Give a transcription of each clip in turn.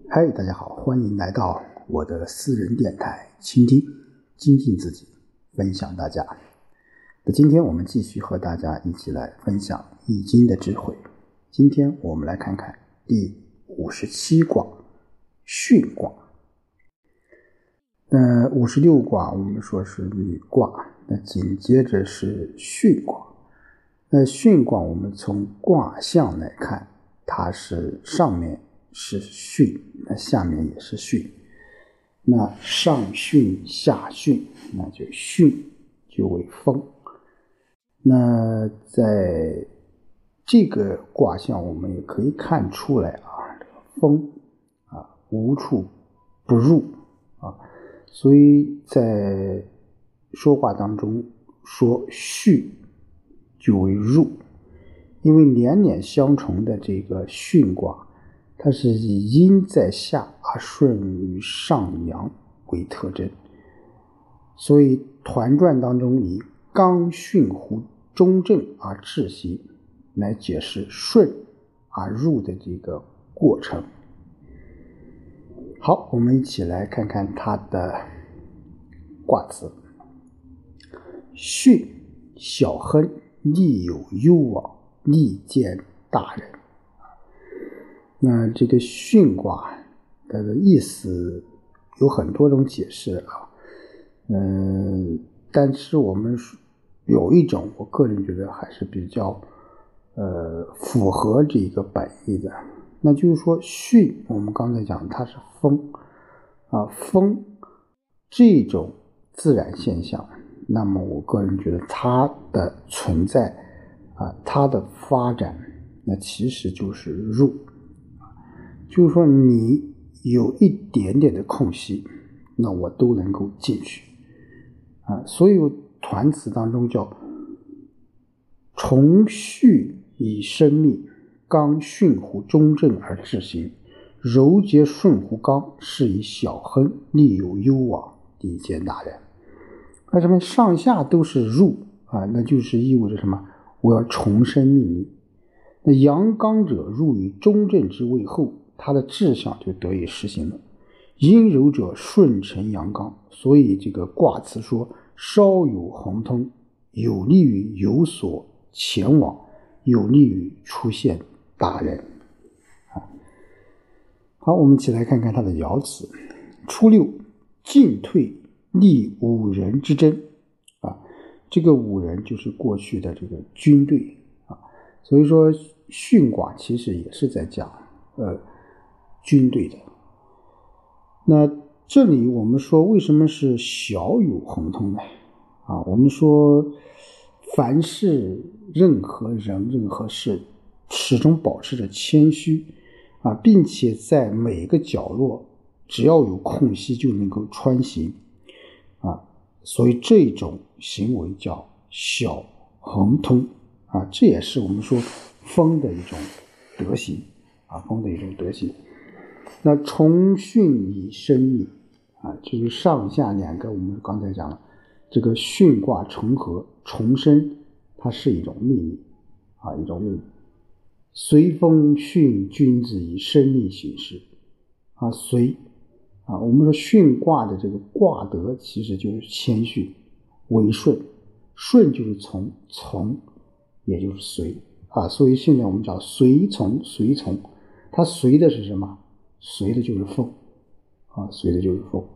嗨，大家好，欢迎来到我的私人电台，倾听，精进自己，分享大家。那今天我们继续和大家一起来分享易经的智慧。今天我们来看看第57卦巽卦。那56卦我们说是履卦，那紧接着是巽卦。那巽卦我们从卦象来看，它是上面是巽，那下面也是巽，那上巽下巽，那就巽就为风。那在这个卦象我们也可以看出来风无处不入所以在说卦当中说巽就为入，因为连连相重的这个巽卦，它是以阴在下而顺于上阳为特征，所以团传当中以刚巽乎中正而至行来解释顺而入的这个过程。好，我们一起来看看它的卦辞。巽，小亨，利有攸往，利见大人。那这个巽卦它的意思有很多种解释但是我们有一种我个人觉得还是比较符合这个本意的，那就是说巽我们刚才讲它是风风这种自然现象，那么我个人觉得它的存在它的发展那其实就是入，就是说你有一点点的空隙，那我都能够进去所以团词当中叫重巽以生密，刚巽乎中正而至行，柔节顺乎刚，是以小亨，利有攸往，利见大人。那什么上下都是入那就是意味着什么？我要重生秘密。那阳刚者入于中正之位后，它的志向就得以实行了。阴柔者顺承阳刚，所以这个卦辞说稍有亨通，有利于有所前往，有利于出现大人好，我们一起来看看它的爻辞。初六，进退立五人之争这个五人就是过去的这个军队所以说巽卦其实也是在讲军队的。那这里我们说为什么是小有亨通呢我们说凡是任何人任何事始终保持着谦虚并且在每个角落只要有空隙就能够穿行所以这种行为叫小亨通这也是我们说风的一种德行风的一种德行。那重巽以生密就是上下两个我们刚才讲了，这个巽卦重合重生，它是一种秘密一种秘密。随风巽，君子以生密行事随我们说巽卦的这个卦德其实就是谦虚为顺，顺就是从也就是随所以现在我们讲随从，它随的是什么？随的就是风随的就是风。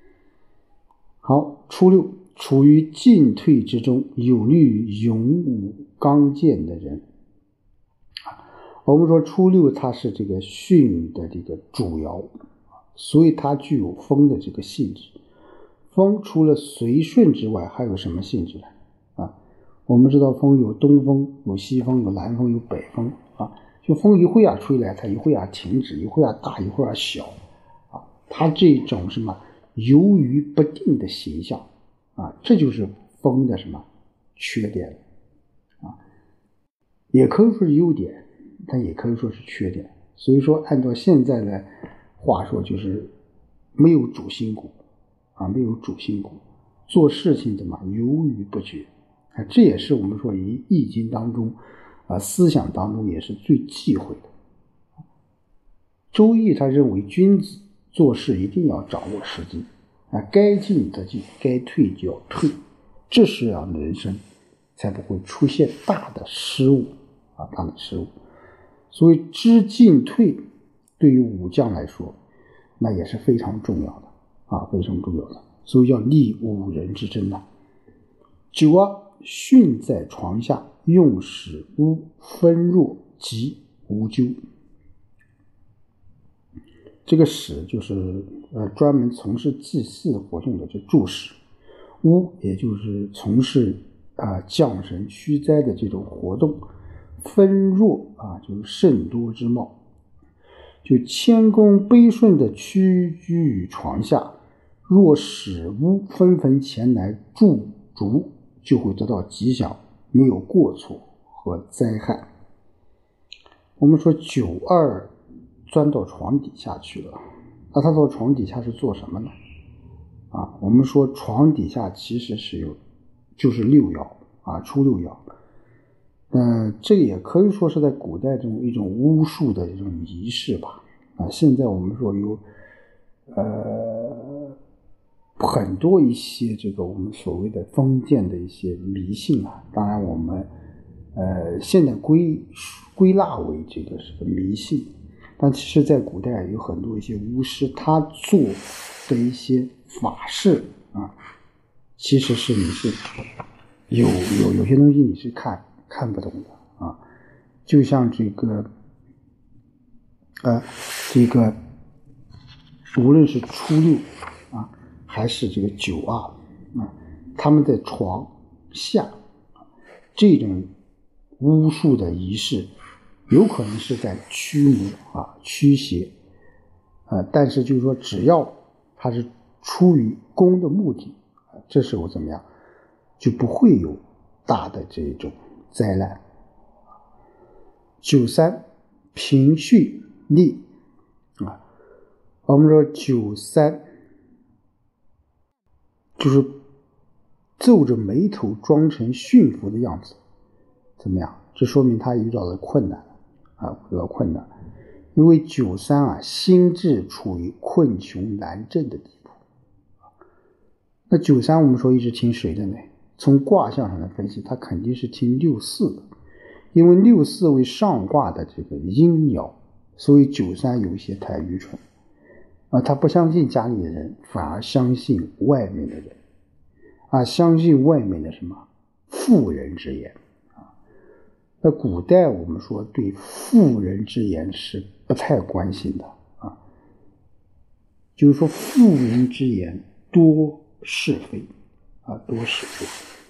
好，初六，处于进退之中，有利于勇武刚健的人我们说初六它是这个巽的这个主爻，所以它具有风的这个性质。风除了随顺之外还有什么性质呢我们知道风有东风，有西风，有南风，有北风就风一会吹来，它一会停止，一会大，一会小它这种什么游于不定的形象这就是风的什么缺点也可以说是优点，但也可以说是缺点。所以说按照现在的话说，就是没有主心骨没有主心骨，做事情怎么犹豫不决这也是我们说以易经当中思想当中也是最忌讳的。 周易他认为君子做事一定要掌握时机啊，该进则进，该退就要退，这是让人生才不会出现大的失误啊，大的失误。所以知进退对于武将来说，那也是非常重要的啊，非常重要的。所以叫立五人之争呐。9训在床下，用使巫分若及无咎。这个使就是专门从事祭祀活动的这祝使，巫也就是从事降神驱灾的这种活动，分若就是甚多之貌，就谦恭卑顺的屈居于床下，若使巫纷纷前来驻足，就会得到吉祥，没有过错和灾害。我们说92钻到床底下去了，那他到床底下是做什么呢？我们说床底下其实就是六爻啊，初六爻。这个也可以说是在古代中一种巫术的一种仪式吧。现在我们说有很多一些这个我们所谓的封建的一些迷信啊，当然我们现在归纳为这个是个迷信，但其实在古代有很多一些巫师他做的一些法事啊，其实是你是有些东西你是看不懂的啊，就像这个无论是初六啊，还是这个9啊，他们在床下这种巫术的仪式，有可能是在驱魔驱邪但是就是说，只要它是出于公的目的这时候怎么样，就不会有大的这种灾难。93平训立我们说93就是皱着眉头装成驯服的样子，怎么样？这说明他遇到了困难遇到困难。因为93心智处于困穷难振的地步。那93我们说一直听谁的呢？从卦象上来分析，它肯定是听64的，因为64为上卦的这个阴爻，所以93有一些太愚蠢他不相信家里的人，反而相信外面的人相信外面的什么妇人之言那古代我们说对妇人之言是不太关心的就是说妇人之言多是非多是非。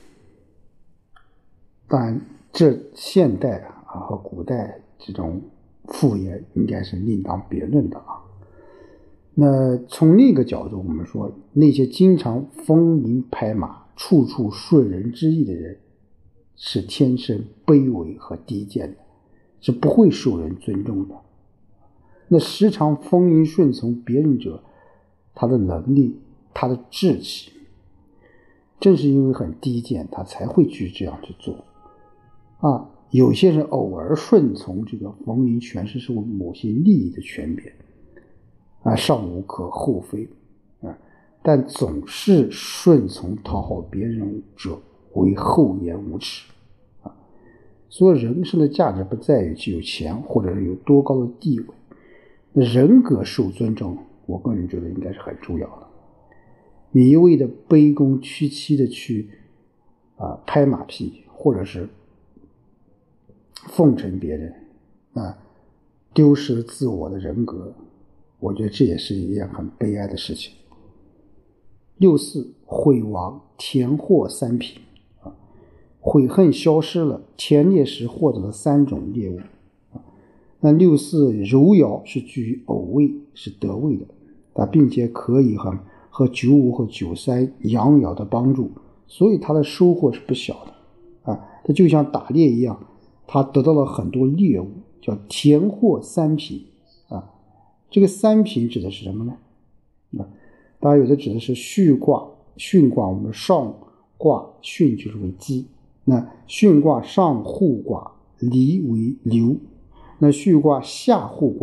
当然这现代和古代这种妇言应该是另当别论的那从那个角度我们说，那些经常丰盈拍马处处顺人之意的人是天生卑微和低贱的，是不会受人尊重的。那时常丰盈顺从别人者，他的能力他的志气正是因为很低贱，他才会去这样去做有些人偶尔顺从这个丰盈权势是为某些利益的权柄尚无可厚非但总是顺从讨好别人者为厚颜无耻所以人生的价值不在于有钱或者是有多高的地位，那人格受尊重我个人觉得应该是很重要的。你一味的卑躬屈膝的去拍马屁或者是奉承别人丢失了自我的人格，我觉得这也是一件很悲哀的事情。64悔亡田获3品悔恨消失了，田猎时获得了3种猎物那64柔爻是居于偶位，是得位的并且可以和95和93阳爻的帮助，所以他的收获是不小的他就像打猎一样，他得到了很多猎物，叫田获3品这个3品指的是什么呢当然有的指的是巽卦巽卦，我们上卦巽就是为鸡，那巽卦上户卦离为流，那巽卦下户卦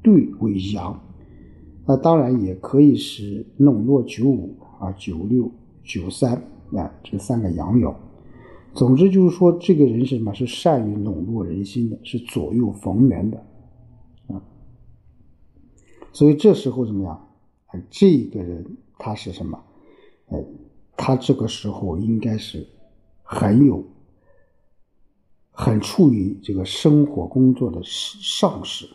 兑为阳。那当然也可以使弄落9596、93这3个阳爻。总之就是说，这个人是什么？是善于笼络人心的，是左右逢源的所以这时候怎么样？这个人他是什么？他这个时候应该是很处于这个生活工作的上势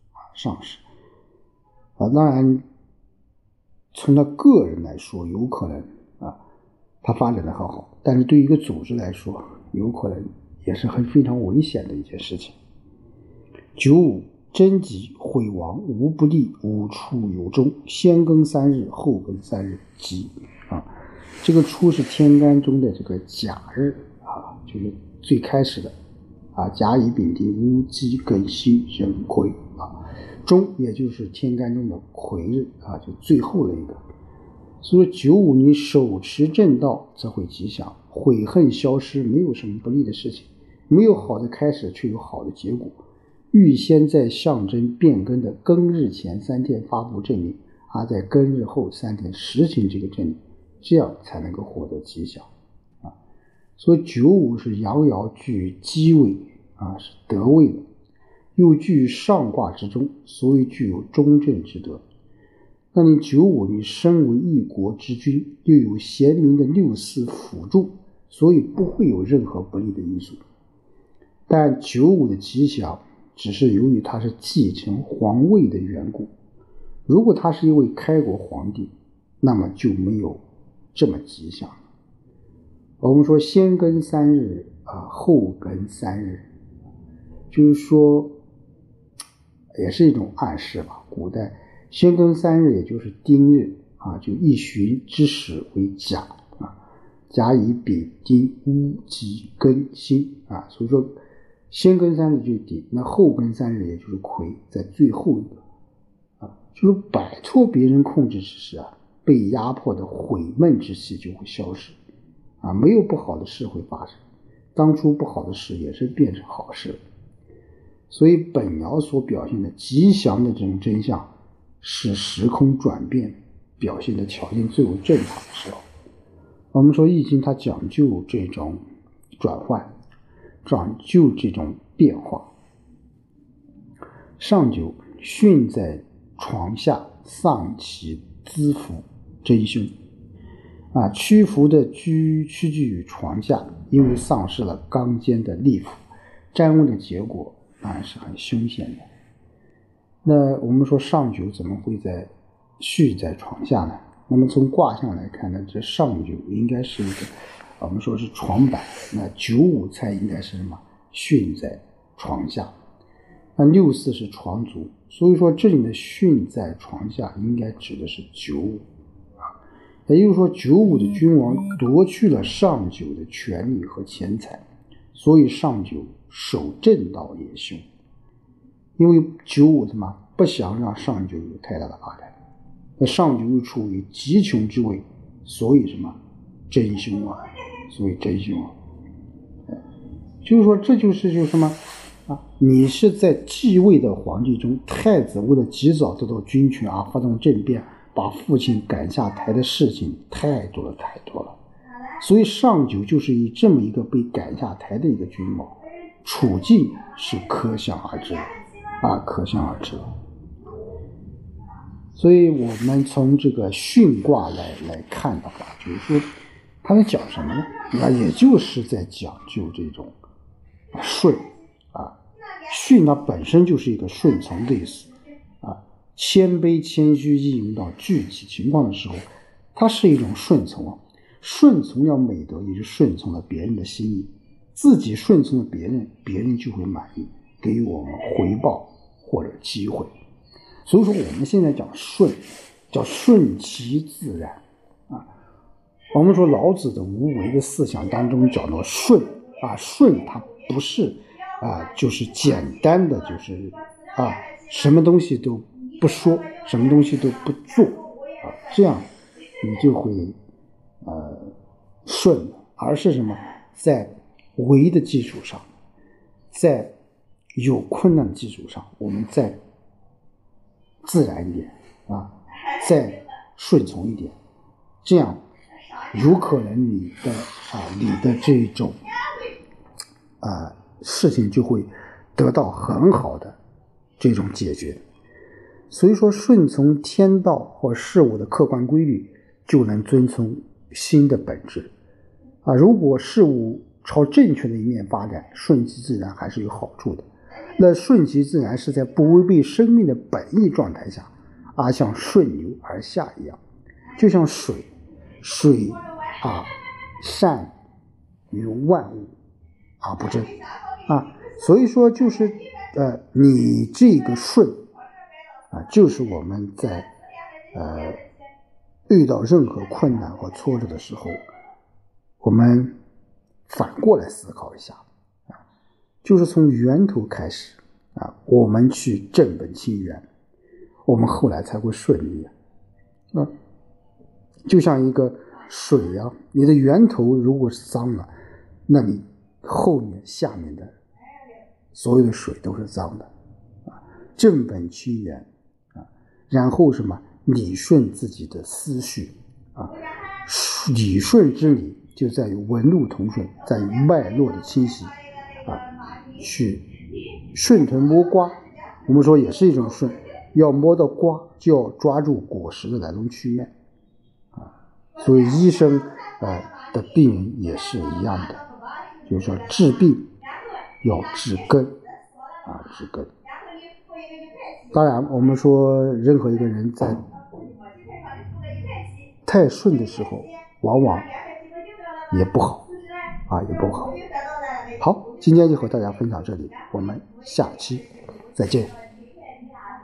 当然从他个人来说有可能他发展的很好，但是对于一个组织来说有可能也是非常危险的一件事情。95贞吉毁亡，无不利，无处有终，先庚3日，后庚3日吉这个初是天干中的这个甲日就是最开始的甲乙丙丁戊己庚辛壬癸中也就是天干中的癸日就最后的一个。所以95你手持正道则会吉祥，悔恨消失，没有什么不利的事情，没有好的开始却有好的结果。预先在象征变更的庚日前3天发布政令在庚日后3天实行这个政令，这样才能够获得吉祥所以95是阳爻居基位是德位的，又居上卦之中，所以具有中正之德。那你95你身为一国之君，又有贤明的6四辅助，所以不会有任何不利的因素。但95的吉祥只是由于他是继承皇位的缘故，如果他是一位开国皇帝，那么就没有这么吉祥。我们说先庚3日后庚3日，就是说也是一种暗示吧。古代先庚3日也就是丁日就一旬之始为甲甲乙丙丁戊己庚辛所以说先庚3日就是丁，那后庚3日也就是癸，在最后一个就是摆脱别人控制之时被压迫的悔闷之气就会消失没有不好的事会发生，当初不好的事也是变成好事。所以本爻所表现的吉祥的这种真相，是时空转变表现的条件最为正常的时候。我们说易经它讲究这种转换，讲究这种变化。上九巽在床下，丧其资服，真凶屈服的屈居于床下，因为丧失了刚坚的力服，占位的结果当然是很凶险的。那我们说上九怎么会巽在床下呢？那么从卦象来看呢，这上九应该是一个我们说是床板，那95才应该是什么？巽在床下。那6四是床足，所以说这里的巽在床下应该指的是95也就是说95的君王夺去了上九的权力和钱财，所以上九守正道也凶。因为95什么不想让上九有太大的发展，那上九又处于极穷之位，所以什么真凶所以真凶就是说这就是什么你是在继位的皇帝中，太子为了及早得到军权发动政变，把父亲赶下台的事情太多了，所以上九就是以这么一个被赶下台的一个君王，处境是可想而知的。所以我们从这个巽卦来看的话，就是说他在讲什么呢？也就是在讲究这种顺巽它本身就是一个顺从的意思谦卑谦虚应用到具体情况的时候，它是一种顺从顺从要美德，也就顺从了别人的心意，自己顺从了别人，别人就会满意，给予我们回报或者机会。所以说我们现在讲顺，叫顺其自然我们说老子的无为的思想当中讲到顺顺它不是就是简单的就是什么东西都不说，什么东西都不做这样你就会顺，而是什么？在为的基础上，在有困难的基础上，我们在自然一点啊，再顺从一点，这样有可能你的这种事情就会得到很好的这种解决。所以说顺从天道或事物的客观规律，就能遵从心的本质如果事物朝正确的一面发展，顺其自然还是有好处的。那顺其自然是在不违背生命的本意状态下像顺流而下一样，就像水善于万物而不争所以说就是你这个顺就是我们在遇到任何困难和挫折的时候，我们反过来思考一下就是从源头开始我们去正本清源，我们后来才会顺利就像一个水你的源头如果是脏了，那你后面下面的所有的水都是脏的正本清源然后什么理顺自己的思绪理顺之理就在于纹路同顺，在于脉络的清晰去顺藤摸瓜，我们说也是一种顺，要摸到瓜就要抓住果实的来龙去脉所以医生的病人也是一样的，就是说治病要治根治根。当然我们说任何一个人在太顺的时候往往也不好好，今天就和大家分享这里，我们下期再见。